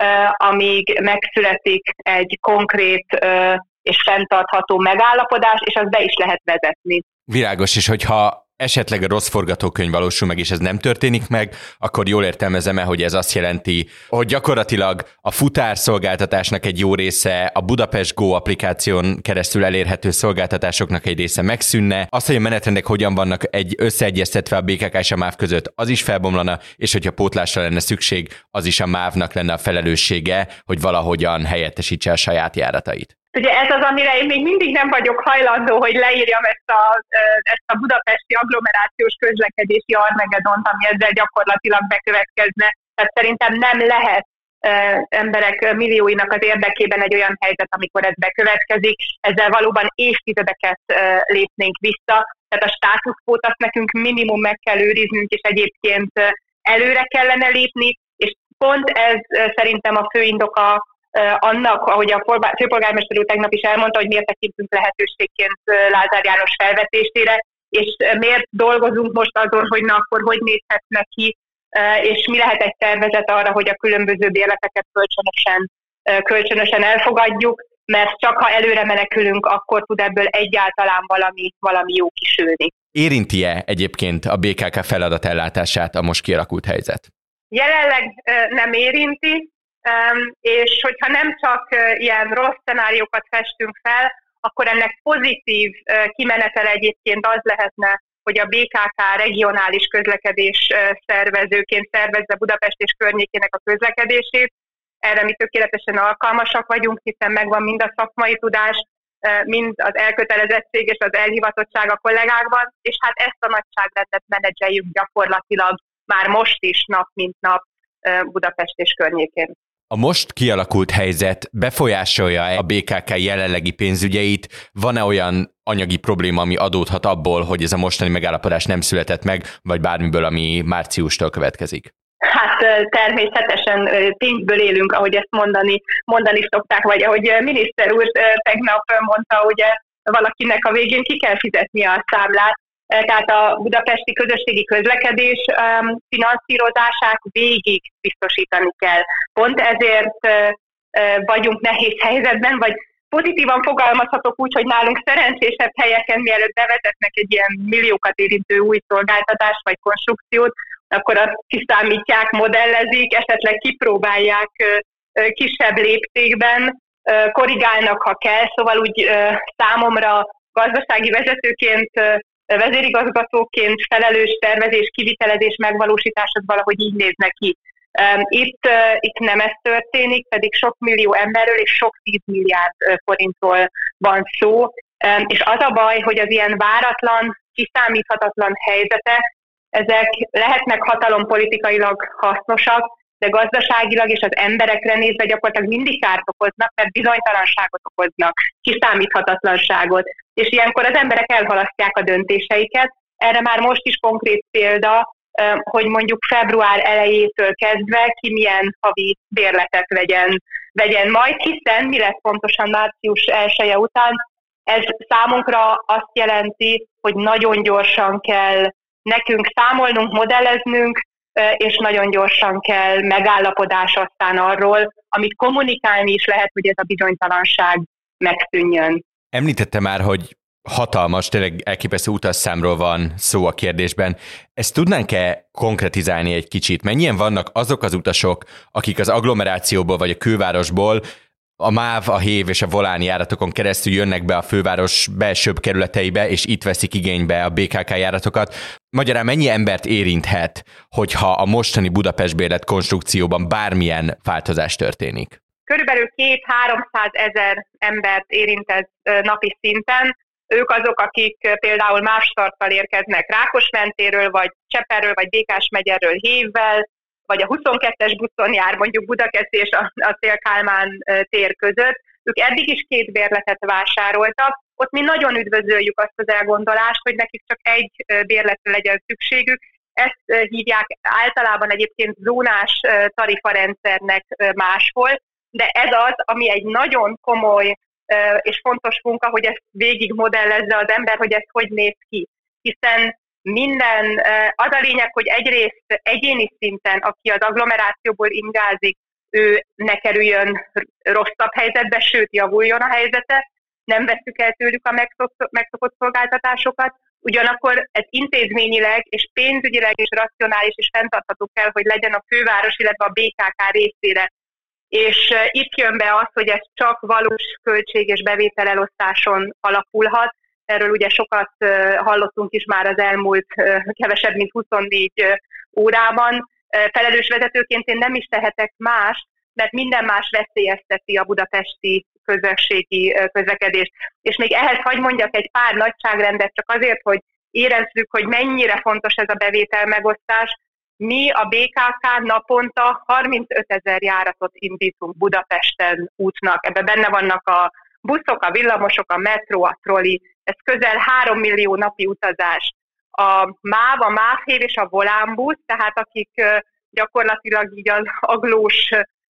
amíg megszületik egy konkrét és fenntartható megállapodás, és azt be is lehet vezetni. Világos, és hogyha esetleg a rossz forgatókönyv valósul meg, és ez nem történik meg, akkor jól értelmezem-e, hogy ez azt jelenti, hogy gyakorlatilag a futárszolgáltatásnak egy jó része, a Budapest Go applikáción keresztül elérhető szolgáltatásoknak egy része megszűnne, azt, hogy a menetrendek hogyan vannak összeegyeztetve a BKK és a MÁV között, az is felbomlana, és hogyha pótlásra lenne szükség, az is a MÁV-nak lenne a felelőssége, hogy valahogyan helyettesítse a saját járatait. Ugye ez az, amire én még mindig nem vagyok hajlandó, hogy leírjam ezt a budapesti agglomerációs közlekedési armagedont, ami ezzel gyakorlatilag bekövetkezne. Tehát szerintem nem lehet emberek millióinak az érdekében egy olyan helyzet, amikor ez bekövetkezik. Ezzel valóban évtizedeket lépnénk vissza. Tehát a státuszkót azt nekünk minimum meg kell őriznünk, és egyébként előre kellene lépni, és pont ez szerintem a fő indoka annak, ahogy a főpolgármester úr tegnap is elmondta, hogy miért tekintünk lehetőségként Lázár János felvetésére, és miért dolgozunk most azon, hogy na akkor hogy nézhetne ki, és mi lehet egy tervezet arra, hogy a különböző bérleteket kölcsönösen elfogadjuk, mert csak ha előre menekülünk, akkor tud ebből egyáltalán valami jó kisülni. Érinti-e egyébként a BKK feladatellátását a most kialakult helyzet? Jelenleg nem érinti, és hogyha nem csak ilyen rossz szenáriókat festünk fel, akkor ennek pozitív kimenetele egyébként az lehetne, hogy a BKK regionális közlekedés szervezőként szervezze Budapest és környékének a közlekedését. Erre mi tökéletesen alkalmasak vagyunk, hiszen megvan mind a szakmai tudás, mind az elkötelezettség és az elhivatottság a kollégákban, és hát ezt a nagyságrendet menedzseljük gyakorlatilag már most is nap mint nap Budapest és környékén. A most kialakult helyzet befolyásolja a BKK jelenlegi pénzügyeit? Van-e olyan anyagi probléma, ami adódhat abból, hogy ez a mostani megállapodás nem született meg, vagy bármiből, ami márciustól következik? Hát természetesen pénzből élünk, ahogy ezt mondani szokták, vagy ahogy miniszter úr tegnap mondta, ugye valakinek a végén ki kell fizetnie a számlát. Tehát a budapesti közösségi közlekedés finanszírozását végig biztosítani kell. Pont ezért vagyunk nehéz helyzetben, vagy pozitívan fogalmazhatok úgy, hogy nálunk szerencsésebb helyeken, mielőtt bevezetnek egy ilyen milliókat érintő új szolgáltatást vagy konstrukciót, akkor azt kiszámítják, modellezik, esetleg kipróbálják kisebb léptékben, korrigálnak, ha kell, szóval úgy számomra gazdasági vezetőként, vezérigazgatóként felelős tervezés, kivitelezés, megvalósítás az valahogy így néz neki. Itt nem ez történik, pedig sok millió emberről és sok 10 milliárd forintról van szó, és az a baj, hogy az ilyen váratlan, kiszámíthatatlan helyzetek, ezek lehetnek hatalompolitikailag hasznosak, de gazdaságilag és az emberekre nézve gyakorlatilag mindig kárt okoznak, mert bizonytalanságot okoznak, kiszámíthatatlanságot, és ilyenkor az emberek elhalasztják a döntéseiket. Erre már most is konkrét példa, hogy mondjuk február elejétől kezdve ki milyen havi bérletet vegyen majd, hiszen mi lesz pontosan március 1-e után. Ez számunkra azt jelenti, hogy nagyon gyorsan kell nekünk számolnunk, modelleznünk, és nagyon gyorsan kell megállapodás aztán arról, amit kommunikálni is lehet, hogy ez a bizonytalanság megszűnjön. Említette már, hogy hatalmas, tényleg elképesztő utasszámról van szó a kérdésben. Ezt tudnánk-e konkretizálni egy kicsit? Mennyien vannak azok az utasok, akik az agglomerációból vagy a külvárosból a MÁV, a HÉV és a Volán járatokon keresztül jönnek be a főváros belsőbb kerületeibe, és itt veszik igénybe a BKK járatokat. Magyarán mennyi embert érinthet, hogyha a mostani Budapest bérlet konstrukcióban bármilyen változás történik? Körülbelül 200-300 ezer embert érint ez napi szinten. Ők azok, akik például Mávstarttal érkeznek Rákosmentéről, vagy Cseperről, vagy Békás-megyerről Hévvel, vagy a 22-es buszon jár mondjuk Budakeszi és a Széll-Kálmán tér között. Ők eddig is 2 bérletet vásároltak. Ott mi nagyon üdvözöljük azt az elgondolást, hogy nekik csak egy bérletre legyen szükségük, Ezt hívják általában egyébként zónás tarifarendszernek máshol, de ez az, ami egy nagyon komoly és fontos munka, hogy ezt végig modellezze az ember, hogy ez hogy néz ki. Hiszen az a lényeg, hogy egyrészt egyéni szinten, aki az agglomerációból ingázik, ő ne kerüljön rosszabb helyzetbe, sőt javuljon a helyzete, nem vesszük el tőlük a megszokott szolgáltatásokat, ugyanakkor ez intézményileg és pénzügyileg is racionális és fenntartható kell, hogy legyen a főváros, illetve a BKK részére. És itt jön be az, hogy ez csak valós költség- és bevételelosztáson alapulhat. Erről ugye sokat hallottunk is már az elmúlt kevesebb, mint 24 órában. Felelős vezetőként én nem is tehetek más, mert minden más veszélyezteti a budapesti közösségi közlekedést. És még ehhez hadd mondjak egy pár nagyságrendet, csak azért, hogy érezzük, hogy mennyire fontos ez a bevételmegosztás. Mi a BKK naponta 35 000 járatot indítunk Budapesten útnak. Ebben benne vannak a buszok, a villamosok, a metró, a troli. Ez közel 3 millió napi utazás. A MÁV-hév és a volánbusz, tehát akik gyakorlatilag így az aglós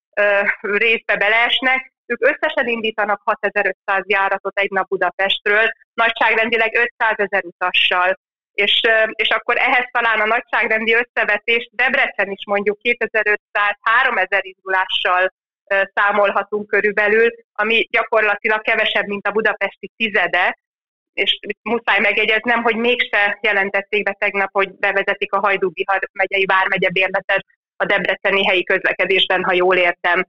részbe beleesnek, ők összesen indítanak 6500 járatot egy nap Budapestről, nagyságrendileg 500 000 utassal. És akkor ehhez talán a nagyságrendi összevetés Debrecen is mondjuk 2500-3000 indulással számolhatunk körülbelül, ami gyakorlatilag kevesebb, mint a budapesti tizede, és muszáj megjegyeznem, hogy mégse jelentették be tegnap, hogy bevezetik a Hajdú-Bihar megyei vármegye bérletet a debreceni helyi közlekedésben, ha jól értem.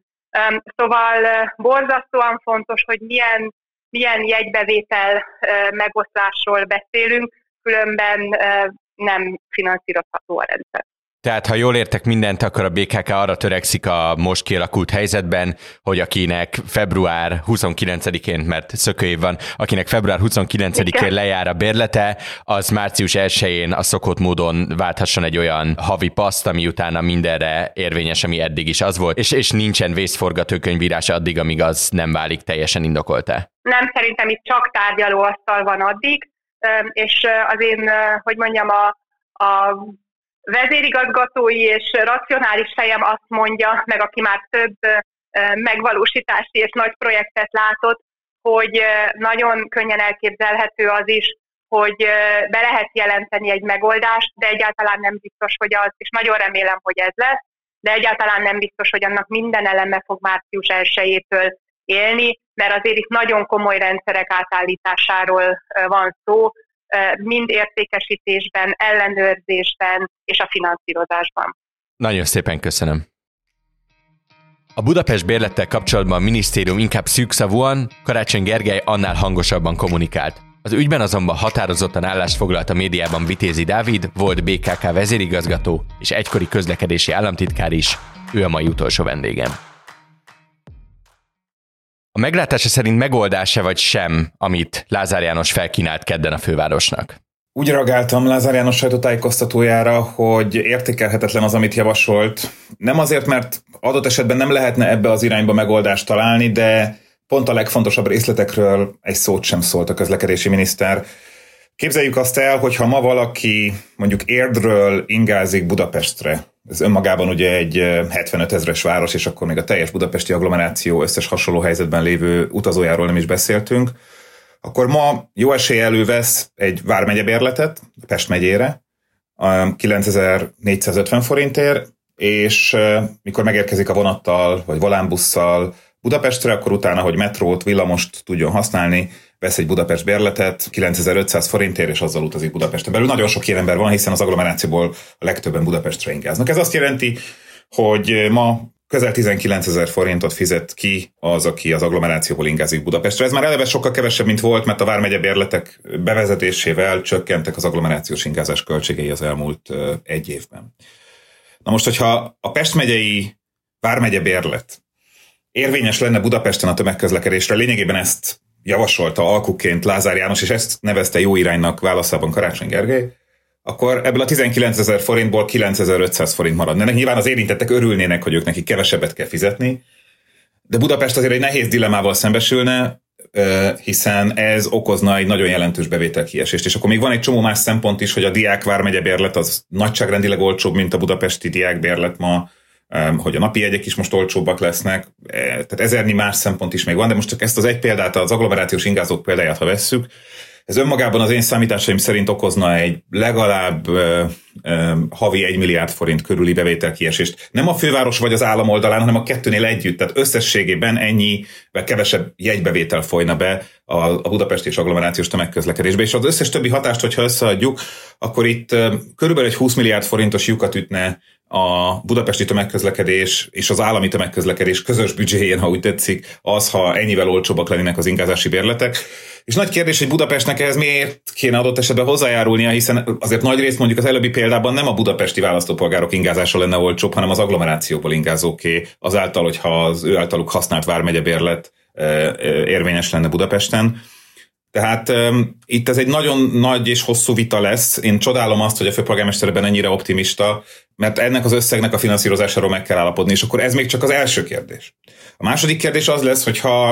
Szóval borzasztóan fontos, hogy milyen jegybevétel megosztásról beszélünk, különben nem finanszírozható a rendszer. Tehát, ha jól értek mindent, akkor a BKK arra törekszik a most kialakult helyzetben, hogy akinek február 29-én, mert szökőév van, akinek február 29-én lejár a bérlete, az március 1-én a szokott módon válthasson egy olyan havi paszt, ami utána mindenre érvényes, ami eddig is az volt, és nincsen vészforgatókönyvírás addig, amíg az nem válik teljesen indokoltá. Nem, szerintem itt csak tárgyalóasztal van addig, és az én, hogy mondjam, a vezérigazgatói és racionális fejem azt mondja, meg aki már több megvalósítási és nagy projektet látott, hogy nagyon könnyen elképzelhető az is, hogy be lehet jelenteni egy megoldást, de egyáltalán nem biztos, hogy az, és nagyon remélem, hogy ez lesz, de egyáltalán nem biztos, hogy annak minden eleme fog március 1-től élni, mert azért itt nagyon komoly rendszerek átállításáról van szó, mind értékesítésben, ellenőrzésben és a finanszírozásban. Nagyon szépen köszönöm. A Budapest bérlettel kapcsolatban a minisztérium inkább szűkszavúan, Karácsony Gergely annál hangosabban kommunikált. Az ügyben azonban határozottan állást foglalt a médiában Vitézi Dávid, volt BKK vezérigazgató és egykori közlekedési államtitkár is, ő a mai utolsó vendégem. A meglátása szerint megoldás-e vagy sem, amit Lázár János felkínált kedden a fővárosnak? Úgy reagáltam Lázár János sajtótájékoztatójára, hogy értékelhetetlen az, amit javasolt. Nem azért, mert adott esetben nem lehetne ebbe az irányba megoldást találni, de pont a legfontosabb részletekről egy szót sem szólt a közlekedési miniszter. Képzeljük azt el, hogyha ma valaki mondjuk Érdről ingázik Budapestre, ez önmagában ugye egy 75 000-es város, és akkor még a teljes budapesti agglomeráció összes hasonló helyzetben lévő utazójáról nem is beszéltünk, akkor ma jó eséllyel elővesz egy vármegye bérletet Pest megyére 9450 forintért, és mikor megérkezik a vonattal vagy volánbusszal Budapestre, akkor utána, hogy metrót, villamost tudjon használni, vesz egy Budapest bérletet 9500 forintért, és azzal utazik Budapesten belül. Nagyon sok ilyen ember van, hiszen az agglomerációból a legtöbben Budapestre ingáznak. Ez azt jelenti, hogy ma közel 19 000 forintot fizet ki az, aki az agglomerációból ingázik Budapestre. Ez már eleve sokkal kevesebb, mint volt, mert a vármegye bérletek bevezetésével csökkentek az agglomerációs ingázás költségei az elmúlt egy évben. Na most, hogyha a Pest megyei vármegye bérlet érvényes lenne Budapesten a tömegközlekedésre, lényegében ezt javasolta alkuként Lázár János, és ezt nevezte jó iránynak válaszában Karácsony Gergely, akkor ebből a 19 000 forintból 9500 forint maradna. Nyilván az érintettek örülnének, hogy ők nekik kevesebbet kell fizetni, de Budapest azért egy nehéz dilemmával szembesülne, hiszen ez okozna egy nagyon jelentős bevételkiesést. És akkor még van egy csomó más szempont is, hogy a Diák vármegye bérlet az nagyságrendileg olcsóbb, mint a budapesti diákbérlet ma, hogy a napi jegyek is most olcsóbbak lesznek, tehát ezernyi más szempont is még van, de most csak ezt az egy példát, az agglomerációs ingázók példáját, ha vesszük, ez önmagában az én számításaim szerint okozna egy legalább havi 1 milliárd forint körüli bevételkiesést. Nem a főváros vagy az állam oldalán, hanem a kettőnél együtt. Tehát összességében ennyivel kevesebb jegybevétel folyna be a budapesti és agglomerációs tömegközlekedésbe. És az összes többi hatást, hogyha összeadjuk, akkor itt körülbelül egy 20 milliárd forintos lyukat ütne a budapesti tömegközlekedés és az állami tömegközlekedés közös büdzséjén, ha úgy tetszik, az, ha ennyivel olcsóbbak lennének az ingázási bérletek. És nagy kérdés, hogy Budapestnek ehhez miért kéne adott esetben hozzájárulnia, hiszen azért nagy részt mondjuk az előbbi példában nem a budapesti választópolgárok ingázása lenne olcsóbb, hanem az agglomerációból ingázóké, azáltal, hogyha az ő általuk használt vármegyebérlet érvényes lenne Budapesten. Tehát itt ez egy nagyon nagy és hosszú vita lesz. Én csodálom azt, hogy a főpolgármester ebben ennyire optimista, mert ennek az összegnek a finanszírozásáról meg kell állapodni, és akkor ez még csak az első kérdés. A második kérdés az lesz, hogyha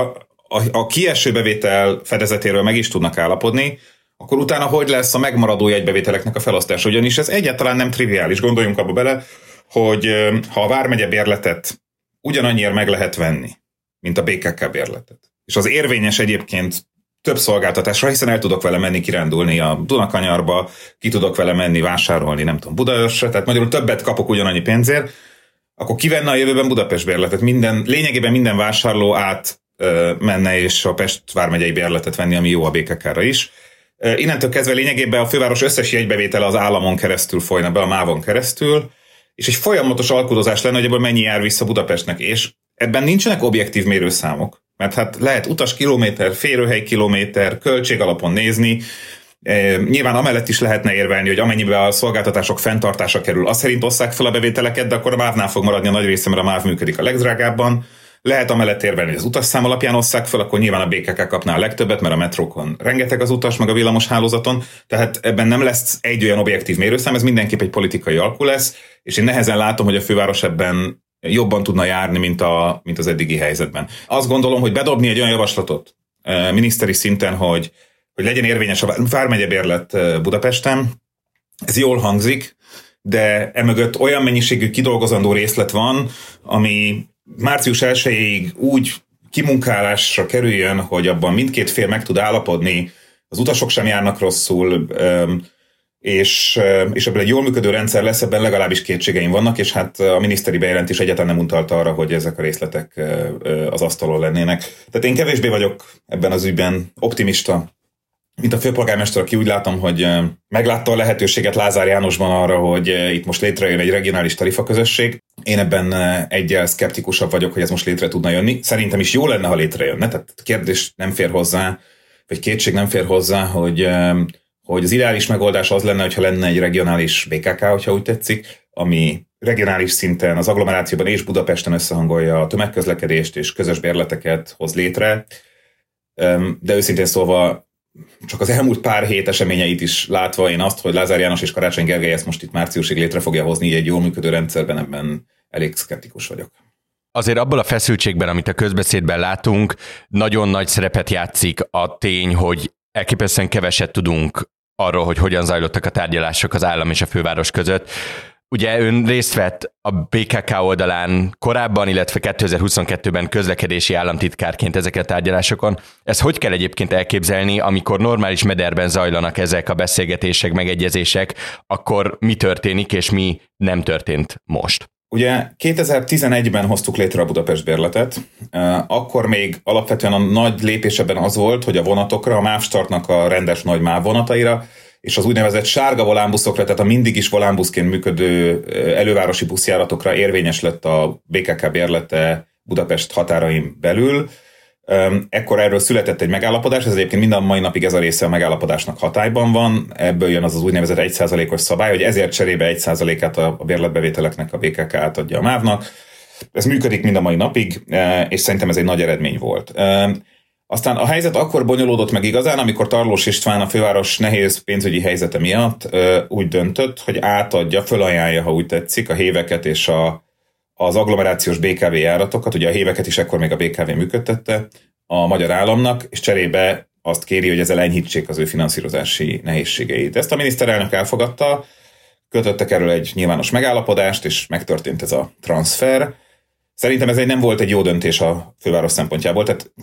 a kieső bevétel fedezetéről meg is tudnak állapodni, akkor utána hogy lesz a megmaradó jegybevételeknek a felosztása? Ugyanis ez egyáltalán nem triviális. Gondoljunk abba bele, hogy ha a vármegye bérletet ugyanannyiért meg lehet venni, mint a BKK bérletet, és az érvényes egyébként több szolgáltatásra, hiszen el tudok vele menni kirándulni a Dunakanyarba, ki tudok vele menni vásárolni, nem tudom, Budaörsre, tehát magyarul többet kapok ugyanannyi pénzért, akkor kivenne a jövőben Budapest bérletet. Lényegében minden vásárló menne és a Pest vármegyei bérletet venni, ami jó a BKK-ra is. Innentől kezdve lényegében a főváros összes jegybevétele az államon keresztül folyna be, a MÁV-on keresztül, és egy folyamatos alkudozás lenne, hogy ebből mennyi jár vissza Budapestnek, és ebben nincsenek objektív mérőszámok. Mert hát lehet utaskilométer, férőhely kilométer, költség alapon nézni. Nyilván amellett is lehetne érvelni, hogy amennyiben a szolgáltatások fenntartása kerül, az szerint osszák fel a bevételeket, de akkor a MÁV-nál fog maradni a nagy része, mert a MÁV működik a legdrágábban. Lehet amellett érvelni, hogy az utasszám alapján osszák fel, akkor nyilván a BKK kapná a legtöbbet, mert a metrókon rengeteg az utas, meg a villamos hálózaton, tehát ebben nem lesz egy olyan objektív mérőszám, ez mindenképp egy politikai alkú lesz, és én nehezen látom, hogy a főváros ebben jobban tudna járni, mint az eddigi helyzetben. Azt gondolom, hogy bedobni egy olyan javaslatot miniszteri szinten, hogy legyen érvényes a vármegyebérlet Budapesten, ez jól hangzik, de emögött olyan mennyiségű kidolgozandó részlet van, ami március 1-ig úgy kimunkálásra kerüljön, hogy abban mindkét fél meg tud állapodni, az utasok sem járnak rosszul, és ebből egy jól működő rendszer lesz, ebben legalábbis kétségeim vannak, és hát a miniszteri bejelentés egyáltalán nem utalta arra, hogy ezek a részletek az asztalon lennének. Tehát én kevésbé vagyok ebben az ügyben optimista, mint a főpolgármester, aki úgy látom, hogy meglátta a lehetőséget Lázár Jánosban arra, hogy itt most létrejön egy regionális tarifaközösség. Én ebben egyel szkeptikusabb vagyok, hogy ez most létre tudna jönni. Szerintem is jó lenne, ha létrejönne, tehát kérdés nem fér hozzá, vagy kétség nem fér hozzá, hogy az ideális megoldás az lenne, hogyha lenne egy regionális BKK, hogyha úgy tetszik, ami regionális szinten az agglomerációban és Budapesten összehangolja a tömegközlekedést és közös bérleteket hoz létre. De őszintén szólva, csak az elmúlt pár hét eseményeit is látva, én azt, hogy Lázár János és Karácsony Gergely ezt most itt márciusig létre fogja hozni így egy jól működő rendszerben, ebben elég szkeptikus vagyok. Azért abból a feszültségben, amit a közbeszédben látunk, nagyon nagy szerepet játszik a tény, hogy elképesztően keveset tudunk arról, hogy hogyan zajlottak a tárgyalások az állam és a főváros között. Ugye ön részt vett a BKK oldalán korábban, illetve 2022-ben közlekedési államtitkárként ezeken a tárgyalásokon. Ezt hogy kell egyébként elképzelni, amikor normális mederben zajlanak ezek a beszélgetések, megegyezések, akkor mi történik és mi nem történt most? Ugye 2011-ben hoztuk létre a Budapest bérletet, akkor még alapvetően a nagy lépés ebben az volt, hogy a vonatokra, a MÁV Startnak a rendes nagy MÁV vonataira, és az úgynevezett sárga volánbuszokra, tehát a mindig is volánbuszként működő elővárosi buszjáratokra érvényes lett a BKK bérlete Budapest határain belül. Ekkor erről született egy megállapodás, ez egyébként minden mai napig ez a része a megállapodásnak hatályban van, ebből jön az úgynevezett 1%-os szabály, hogy ezért cserébe 1%-át a bérletbevételeknek a BKK átadja a MÁV-nak. Ez működik mind a mai napig, és szerintem ez egy nagy eredmény volt. Aztán a helyzet akkor bonyolódott meg igazán, amikor Tarlós István a főváros nehéz pénzügyi helyzete miatt úgy döntött, hogy átadja, fölajánlja, ha úgy tetszik, a héveket és az agglomerációs BKV járatokat, ugye a héveket is ekkor még a BKV működtette, a magyar államnak, és cserébe azt kéri, hogy ezzel enyhítsék az ő finanszírozási nehézségeit. Ezt a miniszterelnök elfogadta, kötöttek erről egy nyilvános megállapodást, és megtörtént ez a transfer. Szerintem ez nem volt egy jó döntés a főváros szempontjából, tehát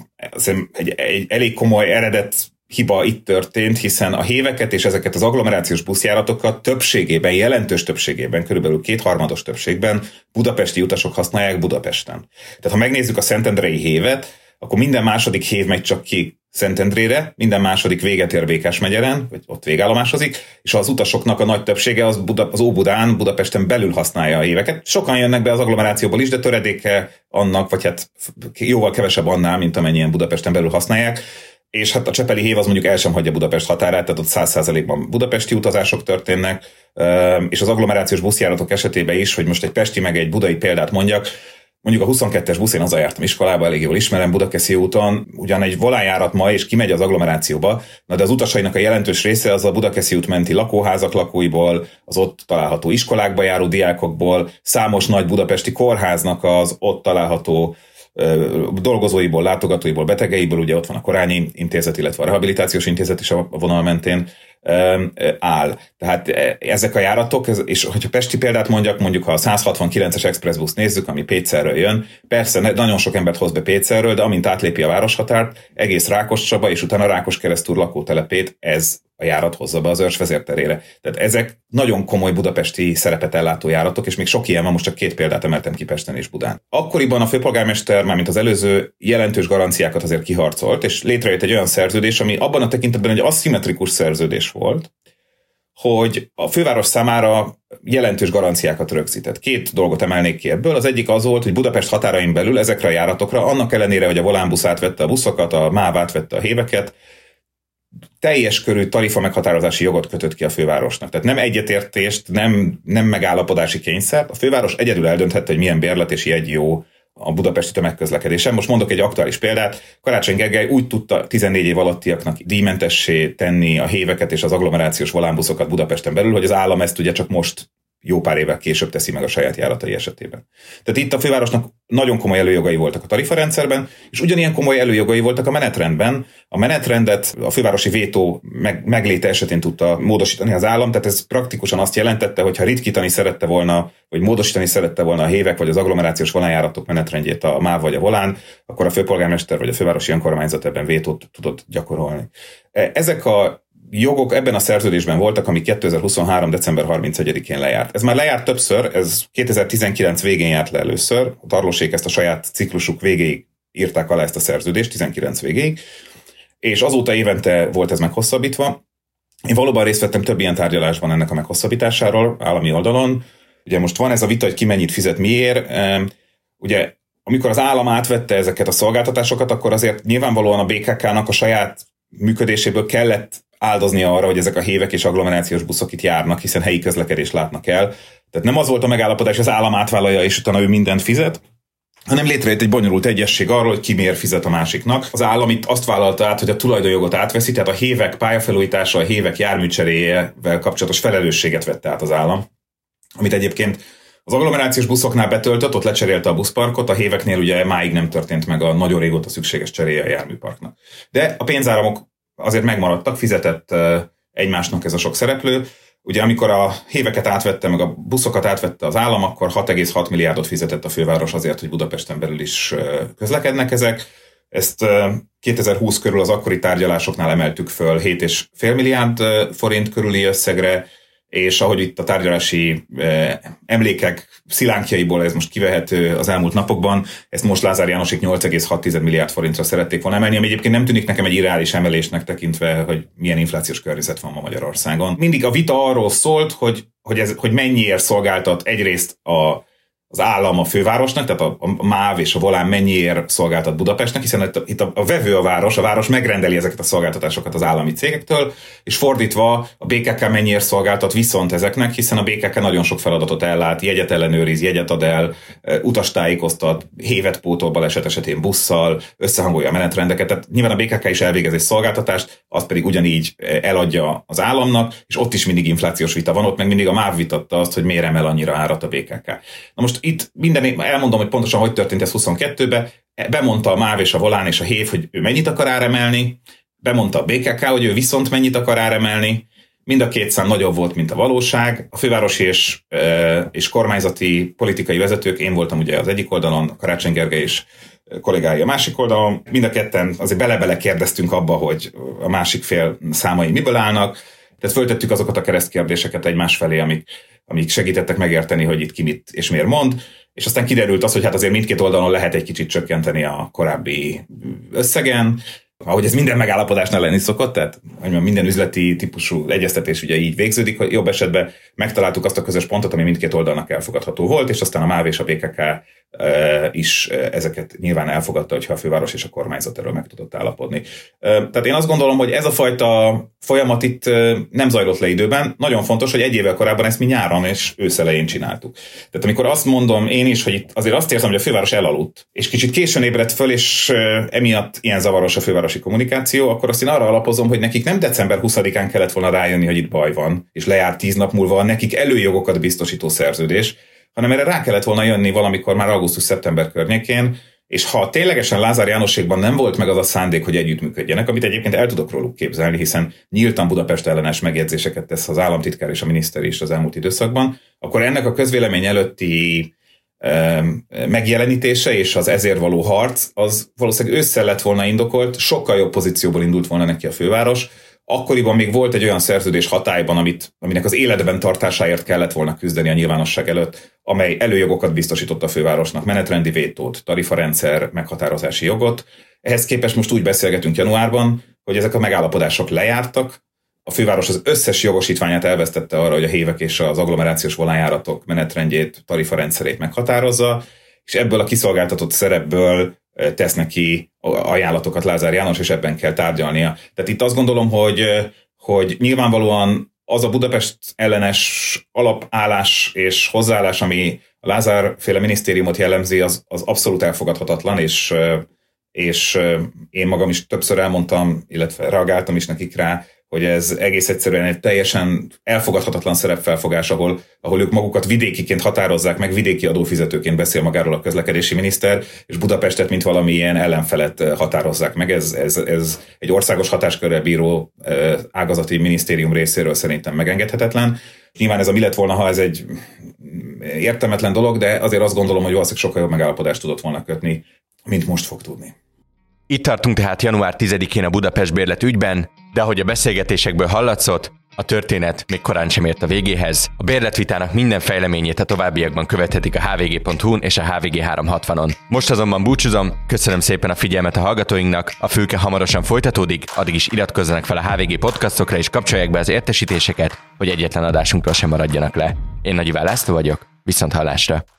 egy elég komoly eredet hiba itt történt, hiszen a héveket és ezeket az agglomerációs buszjáratokat többségében, jelentős többségében, körülbelül 2/3 többségben budapesti utasok használják Budapesten. Tehát ha megnézzük a szentendrei hévet, akkor minden második hév megy csak ki Szentendrére, minden második véget ér Békásmegyeren, vagy ott végállomásozik, és az utasoknak a nagy többsége az Óbudán, Budapesten belül használja a héveket. Sokan jönnek be az agglomerációból is, de töredéke annak, vagy hát jóval kevesebb annál, mint amennyien Budapesten belül használják. És hát a csepeli hév az mondjuk el sem hagyja Budapest határát, tehát ott 100%-ban budapesti utazások történnek, és az agglomerációs buszjáratok esetében is, hogy most egy pesti meg egy budai példát mondjak, mondjuk a 22-es buszén hazajártam iskolába, elég jól ismerem, Budakeszi úton, ugyan egy volánjárat ma, és kimegy az agglomerációba, de az utasainak a jelentős része az a Budakeszi út menti lakóházak lakóiból, az ott található iskolákba járó diákokból, számos nagy budapesti kórháznak az ott található dolgozóiból, látogatóiból, betegeiből, ugye ott van a Korányi Intézet, illetve a Rehabilitációs Intézet is a vonal mentén áll. Tehát ezek a járatok, és hogyha pesti példát mondjuk ha a 169-es expressbusz nézzük, ami Pécserről jön, persze nagyon sok embert hoz be Pécserről, de amint átlépi a városhatárt, egész Rákoscsaba és utána Rákoskeresztúr lakótelepét ez a járat hozza be az Örs vezérterére. Tehát ezek nagyon komoly budapesti szerepet ellátó járatok, és még sok ilyen van, most csak 2 példát emeltem ki Pesten és Budán. Akkoriban a főpolgármester, mármint az előző, jelentős garanciákat azért kiharcolt, és létrejött egy olyan szerződés, ami abban a tekintetben egy aszimmetrikus szerződés volt, hogy a főváros számára jelentős garanciákat rögzített. 2 dolgot emelnék ki ebből. Az egyik az volt, hogy Budapest határain belül ezekre a járatokra, annak ellenére, hogy a Volánbusz átvette a buszokat, a MÁV átvette a héveket, teljes körű tarifa meghatározási jogot kötött ki a fővárosnak. Tehát nem egyetértést, nem megállapodási kényszert. A főváros egyedül eldönthette, hogy milyen bérlet és jegy jó a budapesti tömegközlekedésen. Most mondok egy aktuális példát. Karácsony Gergely úgy tudta 14 év alattiaknak díjmentessé tenni a héveket és az agglomerációs volánbuszokat Budapesten belül, hogy az állam ezt ugye csak most jó pár évvel később teszi meg a saját járatai esetében. Tehát itt a fővárosnak nagyon komoly előjogai voltak a tarifarendszerben, és ugyanilyen komoly előjogai voltak a menetrendben. A menetrendet a fővárosi vétó megléte esetén tudta módosítani az állam, tehát ez praktikusan azt jelentette, hogy ha ritkítani szerette volna, vagy módosítani szerette volna a hévek vagy az agglomerációs volánjáratok menetrendjét a MÁV vagy a Volán, akkor a főpolgármester vagy a fővárosi önkormányzat ebben vétót tudott gyakorolni. Ezek a jogok ebben a szerződésben voltak, ami 2023. december 31-én lejárt. Ez már lejárt többször, ez 2019 végén járt le először, a Tarlósék ezt a saját ciklusuk végéig írták alá ezt a szerződést, 19 végéig, és azóta évente volt ez meghosszabbítva. Én valóban részt vettem több ilyen tárgyalásban ennek a meghosszabbításáról állami oldalon. Ugye most van ez a vita, hogy ki mennyit fizet miért. Ugye amikor az állam átvette ezeket a szolgáltatásokat, akkor azért nyilvánvalóan a BKK-nak a saját működéséből kellett áldozni arra, hogy ezek a hévek és agglomerációs buszok itt járnak, hiszen helyi közlekedést látnak el. Tehát nem az volt a megállapodás, hogy az állam átvállalja, és utána ő mindent fizet, hanem létrejött egy bonyolult egyesség arról, hogy ki miért fizet a másiknak. Az állam itt azt vállalta át, hogy a tulajdonjogot átveszi, tehát a hévek pályafelújítása, a hévek járműcseréjével kapcsolatos felelősséget vette át az állam, amit egyébként az agglomerációs buszoknál betöltött, ott lecserélte a buszparkot, a héveknél ugye máig nem történt meg a nagyon régóta szükséges cseréje a járműparknak. De a pénzáramok azért megmaradtak, fizetett egymásnak ez a sok szereplő. Ugye amikor a héveket átvette, meg a buszokat átvette az állam, akkor 6,6 milliárdot fizetett a főváros azért, hogy Budapesten belül is közlekednek ezek. Ezt 2020 körül az akkori tárgyalásoknál emeltük föl 7,5 milliárd forint körüli összegre, és ahogy itt a tárgyalási emlékek szilánkjaiból ez most kivehető az elmúlt napokban, ezt most Lázár Jánosik 8,6 milliárd forintra szerették volna emelni, ami egyébként nem tűnik nekem egy irreális emelésnek tekintve, hogy milyen inflációs környezet van ma Magyarországon. Mindig a vita arról szólt, hogy mennyiért szolgáltat egyrészt az állam a fővárosnak, tehát a MÁV és a Volán mennyiért szolgáltat Budapestnek, hiszen itt a vevő a város megrendeli ezeket a szolgáltatásokat az állami cégektől, és fordítva a BKK mennyiért szolgáltat viszont ezeknek, hiszen a BKK nagyon sok feladatot ellát, jegyet ellenőriz, jegyet ad el, utastájékoztat, hévet pótol baleset esetén busszal, összehangolja a menetrendeket, tehát nyilván a BKK is elvégez egy szolgáltatást, azt pedig ugyanígy eladja az államnak, és ott is mindig inflációs vita van, ott meg mindig a MÁV vitatta azt, hogy miért emel annyira árat a BKK. Na most itt elmondom, hogy pontosan hogy történt ez 22-ben. bemondta a MÁV és a Volán és a Hév, hogy ő mennyit akar áremelni, bemondta a BKK, hogy ő viszont mennyit akar áremelni, mind a két szám nagyobb volt, mint a valóság. A fővárosi és kormányzati politikai vezetők, én voltam ugye az egyik oldalon, Karácsony Gergely és kollégái a másik oldalon, mind a ketten azért bele-bele kérdeztünk abba, hogy a másik fél számai miből állnak, tehát föltettük azokat a keresztkérdéseket egymás felé, amik segítettek megérteni, hogy itt ki mit és miért mond, és aztán kiderült az, hogy hát azért mindkét oldalon lehet egy kicsit csökkenteni a korábbi összegen, ahogy ez minden megállapodásnál lenni szokott, tehát hogy minden üzleti típusú egyeztetés ugye így végződik, hogy jobb esetben megtaláltuk azt a közös pontot, ami mindkét oldalnak elfogadható volt, és aztán a MÁV és a BKK is ezeket nyilván elfogadta, hogyha a főváros és a kormányzat erről meg tudott állapodni. Tehát én azt gondolom, hogy ez a fajta folyamat itt nem zajlott le időben. Nagyon fontos, hogy egy évvel korábban ezt mi nyáron és őszelején csináltuk. Tehát amikor azt mondom én is, hogy itt azért azt érzem, hogy a főváros elaludt, és kicsit későn ébredt föl, és emiatt ilyen zavaros a fővárosi kommunikáció, akkor azt én arra alapozom, hogy nekik nem december 20-án kellett volna rájönni, hogy itt baj van, és lejár 10 nap múlva nekik előjogokat biztosító szerződés, hanem erre rá kellett volna jönni valamikor már augusztus-szeptember környékén, és ha ténylegesen Lázár Jánosékban nem volt meg az a szándék, hogy együttműködjenek, amit egyébként el tudok róluk képzelni, hiszen nyíltan Budapest ellenes megjegyzéseket tesz az államtitkár és a miniszter is az elmúlt időszakban, akkor ennek a közvélemény előtti megjelenítése és az ezért való harc, az valószínűleg ősszel lett volna indokolt, sokkal jobb pozícióból indult volna neki a főváros. Akkoriban még volt egy olyan szerződés hatályban, aminek az életben tartásáért kellett volna küzdeni a nyilvánosság előtt, amely előjogokat biztosított a fővárosnak, menetrendi vétót, tarifarendszer meghatározási jogot. Ehhez képest most úgy beszélgetünk januárban, hogy ezek a megállapodások lejártak, a főváros az összes jogosítványát elvesztette arra, hogy a hévek és az agglomerációs volánjáratok menetrendjét, tarifarendszerét meghatározza, és ebből a kiszolgáltatott szerepből tesz neki ajánlatokat Lázár János, és ebben kell tárgyalnia. Tehát itt azt gondolom, hogy nyilvánvalóan az a Budapest ellenes alapállás és hozzáállás, ami a Lázár-féle minisztériumot jellemzi, az abszolút elfogadhatatlan, és én magam is többször elmondtam, illetve reagáltam is nekik rá, hogy ez egész egyszerűen egy teljesen elfogadhatatlan szerepfelfogás, ahol ők magukat vidékiként határozzák meg, vidéki adófizetőként beszél magáról a közlekedési miniszter, és Budapestet, mint valamilyen ellenfelet határozzák meg. Ez egy országos hatáskörrel bíró ágazati minisztérium részéről szerintem megengedhetetlen. Nyilván ez a mi lett volna, ha ez egy értelmetlen dolog, de azért azt gondolom, hogy valószínűleg sokkal jobb megállapodást tudott volna kötni, mint most fog tudni. Itt tartunk tehát január 10-én a Budapest bérlet ügyben, de ahogy a beszélgetésekből hallatszott, a történet még korán sem ért a végéhez. A bérletvitának minden fejleményét a továbbiakban követhetik a hvg.hu-n és a HVG 360-on. Most azonban búcsúzom, köszönöm szépen a figyelmet a hallgatóinknak, a fülke hamarosan folytatódik, addig is iratkozzanak fel a HVG podcastokra és kapcsolják be az értesítéseket, hogy egyetlen adásunkról sem maradjanak le. Én Nagy Iván László vagyok, viszont hallásra!